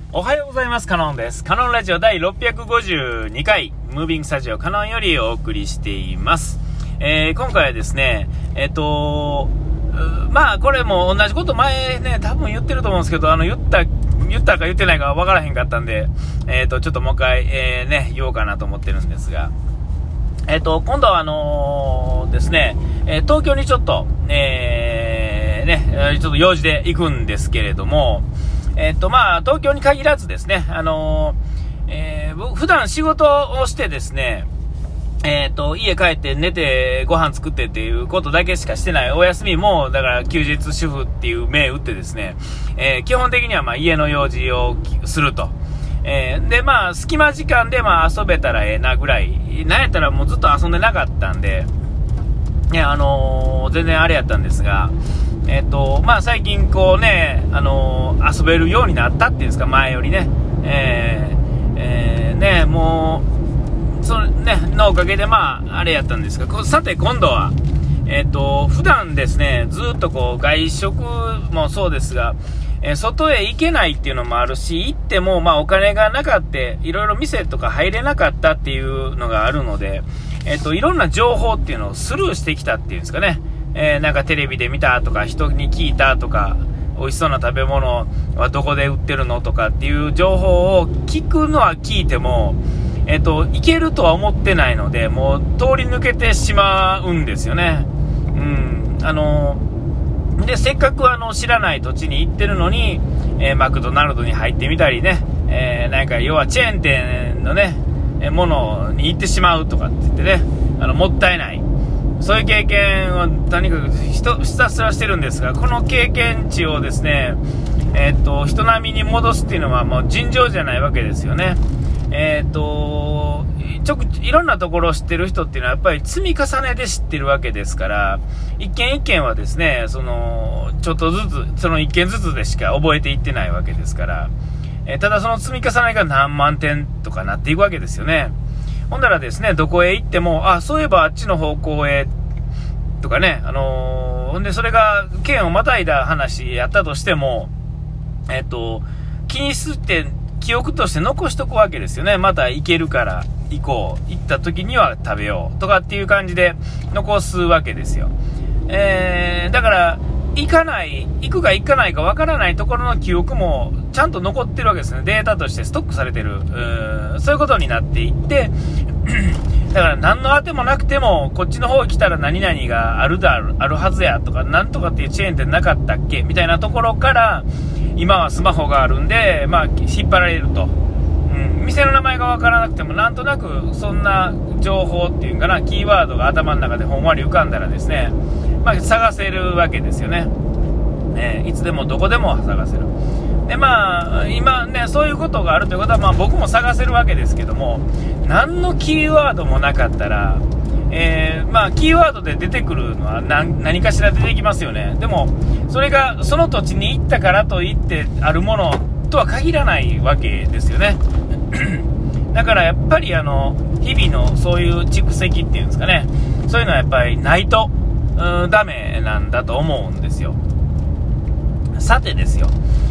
おはようございます。カノンです。カノンラジオ第652回ムービングスタジオカノンよりお送りしています。今回はですねまあこれも同じこと前ね多分言ってると思うんですけど、言ったか言ってないか分からへんかったんでちょっともう一回言おうかなと思ってるんですが、今度はですね、東京にちょっとちょっと用事で行くんですけれども、まあ東京に限らずですね、普段仕事をしてですね、家帰って寝てご飯作ってっていうことだけしかしてない。お休みもだから休日主婦っていう銘打ってですね、基本的にはまあ家の用事をすると、でまあ隙間時間でまあ遊べたらええなぐらい、なんやったらもうずっと遊んでなかったんでね、全然あれやったんですが、まあ最近こうね、遊べるようになったっていうんですか、前よりね、もうそのねのおかげでまああれやったんですが、さて今度は普段ですねずっとこう外食もそうですが、外へ行けないっていうのもあるし、行ってもまあお金がなかっていろいろ店とか入れなかったっていうのがあるので、いろんな情報っていうのをスルーしてきたっていうんですかね。なんかテレビで見たとか人に聞いたとか、美味しそうな食べ物はどこで売ってるのとかっていう情報を聞くのは聞いても、行けるとは思ってないので、もう通り抜けてしまうんですよね。でせっかく知らない土地に行ってるのに、マクドナルドに入ってみたりね、なんか要はチェーン店のねものに行ってしまうとかって言ってね、もったいない、そういう経験をとにかくひたすらしてるんですが、この経験値をですね、人並みに戻すっていうのはもう尋常じゃないわけですよね。いろんなところを知ってる人っていうのはやっぱり積み重ねで知ってるわけですから、一軒一軒はですねちょっとずつその一軒ずつでしか覚えていってないわけですから、ただその積み重ねが何万点とかなっていくわけですよね。ほんだらですね、どこへ行ってもそういえばあっちの方向へとかね、ほんでそれが県をまたいだ話やったとしても、気にして記憶として残しとくわけですよね。また行けるから行った時には食べようとかっていう感じで残すわけですよ。だから行くか行かないかわからないところの記憶もちゃんと残ってるわけですね。データとしてストックされてる、そういうことになっていってだから何の当てもなくてもこっちの方来たら何々があるはずやとか、なんとかっていうチェーン店なかったっけみたいなところから今はスマホがあるんで、まあ引っ張られると、店の名前がわからなくてもなんとなくそんな情報っていうかな、キーワードが頭の中でほんわり浮かんだらですね、まあ探せるわけですよね。いつでもどこでも探せる。でまあ今ねそういうことがあるということは、まあ僕も探せるわけですけども、何のキーワードもなかったら、まあキーワードで出てくるのは何かしら出てきますよね。でもそれがその土地に行ったからといってあるものとは限らないわけですよね。だからやっぱり日々のそういう蓄積っていうんですかね、そういうのはやっぱりないとダメなんだと思うんですよ。さてですよ、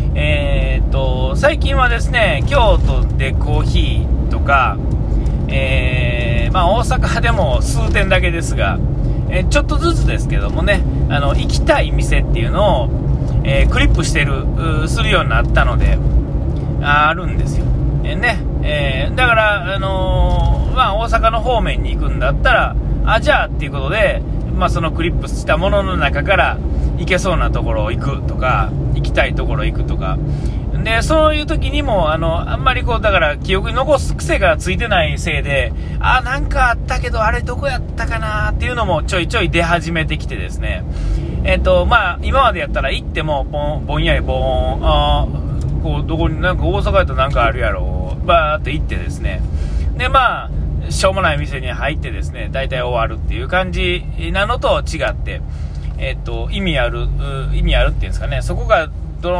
最近はですね京都でコーヒーとか、まあ大阪でも数店だけですが、ちょっとずつですけどもね、行きたい店っていうのを、クリップするようになったのであるんですよ。だから、まあ、大阪の方面に行くんだったらじゃあっていうことで、まあ、そのクリップしたものの中から行けそうなところを行くとか、行きたいところ行くとかで、そういう時にもあんまりこうだから記憶に残す癖がついてないせいで、なんかあったけどあれどこやったかなっていうのもちょいちょい出始めてきてですね、まあ今までやったら行ってもぼんやりこうどこになんか大阪やったらなんかあるやろバーって行ってですね、でまあしょうもない店に入ってですね大体終わるっていう感じなのと違って、意味あるっていうんですかね、そこが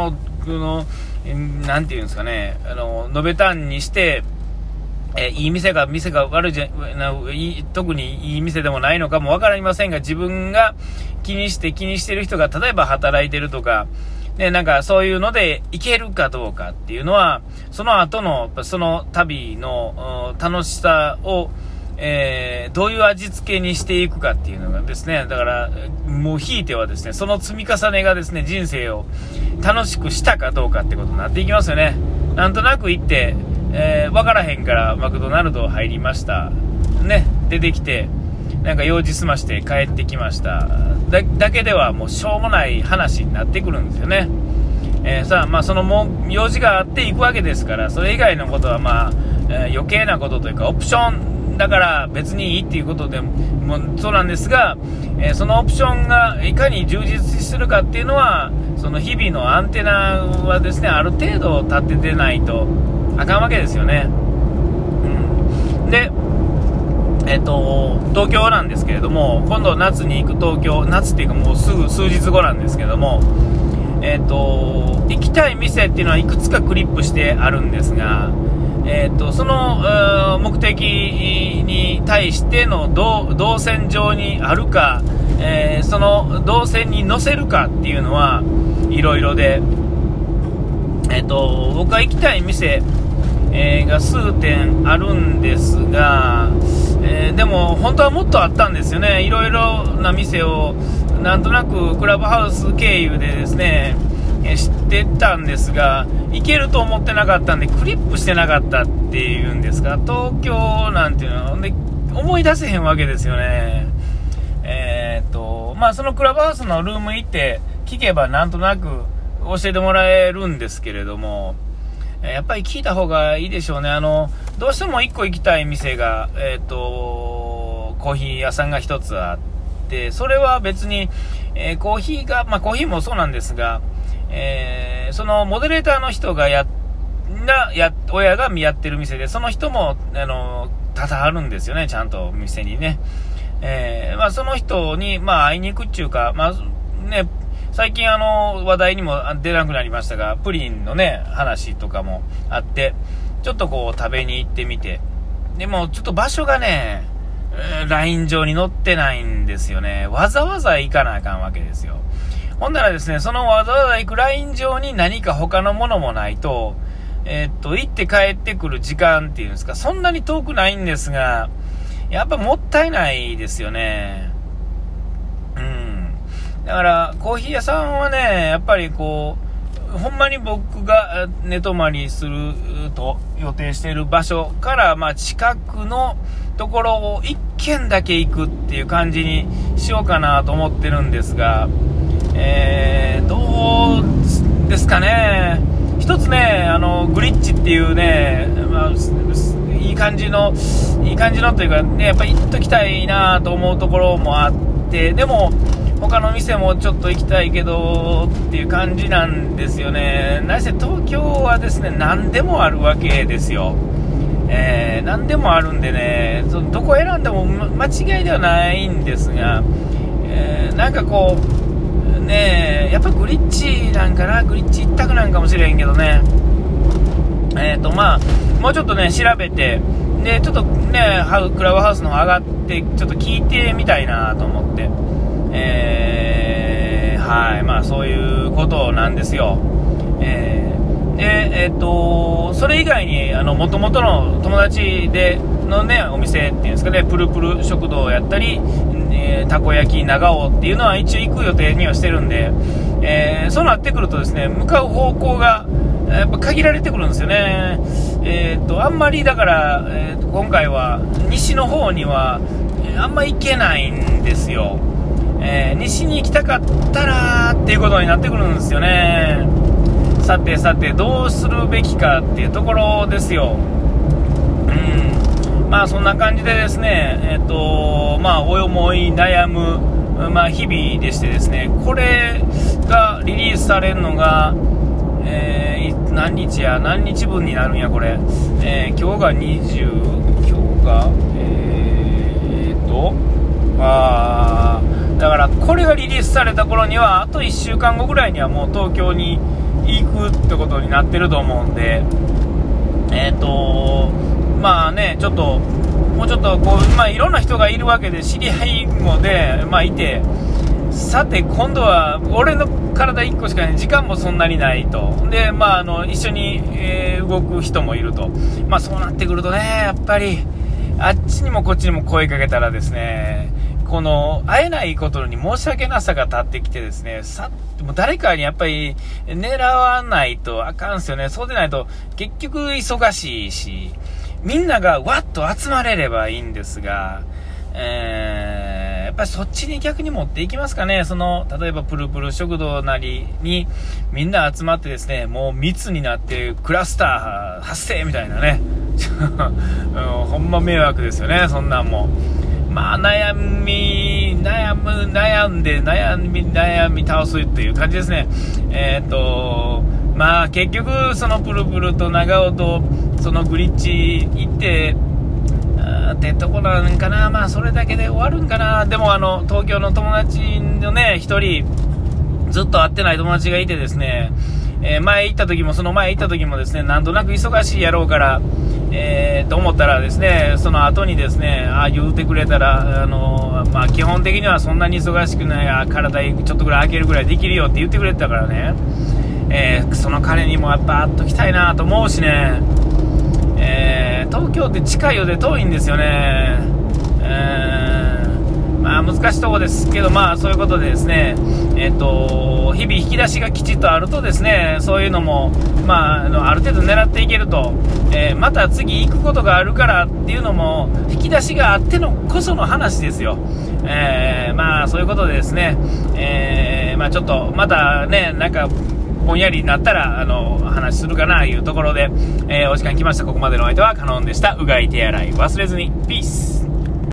なんていうんですかね、のべたんにしていい店が悪い特にいい店でもないのかもわかりませんが、自分が気にしてる人が例えば働いてるとかで、なんかそういうのでいけるかどうかっていうのは、その後の、その旅の楽しさを、どういう味付けにしていくかっていうのがですね、だから、もうひいてはですね、その積み重ねがですね、人生を楽しくしたかどうかってことになっていきますよね。なんとなく行って、わからへんからマクドナルド入りました。ね、出てきて、なんか用事済まして帰ってきました。だけではもうしょうもない話になってくるんですよね。さあ、まあそのもう用事があって行くわけですから、それ以外のことはまあ、余計なことというかオプションだから別にいいっていうことでもそうなんですが、そのオプションがいかに充実するかっていうのは、その日々のアンテナはですね、ある程度立ててないとあかんわけですよね。で、東京なんですけれども、今度夏に行く東京、夏っていうかもうすぐ数日後なんですけども、行きたい店っていうのはいくつかクリップしてあるんですが、その目的に対しての動線上にあるか、その動線に乗せるかっていうのはいろいろで、僕が行きたい店、が数点あるんですが、でも本当はもっとあったんですよね。いろいろな店をなんとなくクラブハウス経由でですね、知ってたんですが、行けると思ってなかったんでクリップしてなかったっていうんですか。東京なんていうので思い出せへんわけですよね。まあそのクラブハウスのルーム行って聞けばなんとなく教えてもらえるんですけれども、やっぱり聞いた方がいいでしょうね。どうしても1個行きたい店が、コーヒー屋さんが1つあって、それは別に、コーヒーが、まあコーヒーもそうなんですが、そのモデレーターの人が親がやってる店で、その人も、多々あるんですよね、ちゃんと店にね。まあその人に、まあ会いに行くっていうか、まあね、最近話題にも出なくなりましたが、プリンのね話とかもあって、ちょっとこう食べに行ってみて、でもちょっと場所がね、ライン上に載ってないんですよね。わざわざ行かなあかんわけですよ。ほんならですね、そのわざわざ行くライン上に何か他のものもないと、行って帰ってくる時間っていうんですか、そんなに遠くないんですが、やっぱもったいないですよね。だからコーヒー屋さんはね、やっぱりこうほんまに僕が寝泊まりすると予定している場所から、まあ近くのところを1軒だけ行くっていう感じにしようかなと思ってるんですが、どうですかね。一つね、グリッチっていうね、まあ、いい感じのというかね、やっぱり行っときたいなと思うところもあって、でも他の店もちょっと行きたいけどっていう感じなんですよね。何せ東京はですね、何でもあるわけですよ。何でもあるんでね、どこ選んでも間違いではないんですが、なんかこうね、やっぱグリッチなんかな、グリッチ一択なんかもしれへんけどね。まあもうちょっとね調べて、でちょっとねクラブハウスの方上がってちょっと聞いてみたいなと思って。はい、まあそういうことなんですよ。で、それ以外に元々の友達のねお店っていうんですかね、プルプル食堂やったり、たこ焼き長尾っていうのは一応行く予定にはしてるんで、そうなってくるとですね、向かう方向がやっぱ限られてくるんですよね。あんまりだから、今回は西の方にはあんま行けないんですよ。西に行きたかったらっていうことになってくるんですよね。さてどうするべきかっていうところですよ。まあそんな感じでですね、まあ思い悩む、まあ日々でしてですね、これがリリースされるのが、何日分になるんやこれ。今日がだからこれがリリースされた頃にはあと1週間後ぐらいにはもう東京に行くってことになってると思うんで、まあね、ちょっともうちょっとこう、まあいろんな人がいるわけで、知り合いもで、まあいて、 さて今度は俺の体1個しかない、時間もそんなにないと。で、一緒に、動く人もいると。そうなってくるとね、やっぱりあっちにもこっちにも声かけたらですね、この会えないことに申し訳なさが立ってきてですね、もう誰かにやっぱり狙わないとあかんすよね。そうでないと結局忙しいし、みんながわっと集まれればいいんですが、やっぱりそっちに逆に持っていきますかね。例えばプルプル食堂なりにみんな集まってですね、もう密になってクラスター発生みたいなねほんま迷惑ですよね、そんなんも。悩み倒すっていう感じですね。結局そのプルプルと長尾とそのグリッチ行ってってとこなんかな。それだけで終わるんかな。でも東京の友達のね、一人ずっと会ってない友達がいてですね、その前行った時もですね、なんとなく忙しいやろうからと思ったらですね、その後にですね、言うてくれたら、基本的にはそんなに忙しくない、体ちょっとぐらい開けるぐらいできるよって言ってくれてたからね、その彼にもやっぱ会っときたいなと思うしね。東京って近いようで遠いんですよね。難しいとこですけど、そういうことでですね、日々引き出しがきちっとあるとですね、そういうのも、ある程度狙っていけると、また次行くことがあるからっていうのも引き出しがあってのこその話ですよ。そういうことでですね、ちょっとまたね、なんかぼんやりになったら話するかないうところで、お時間来ました。ここまでのお相手はカノンでした。うがい手洗い忘れずに。ピース。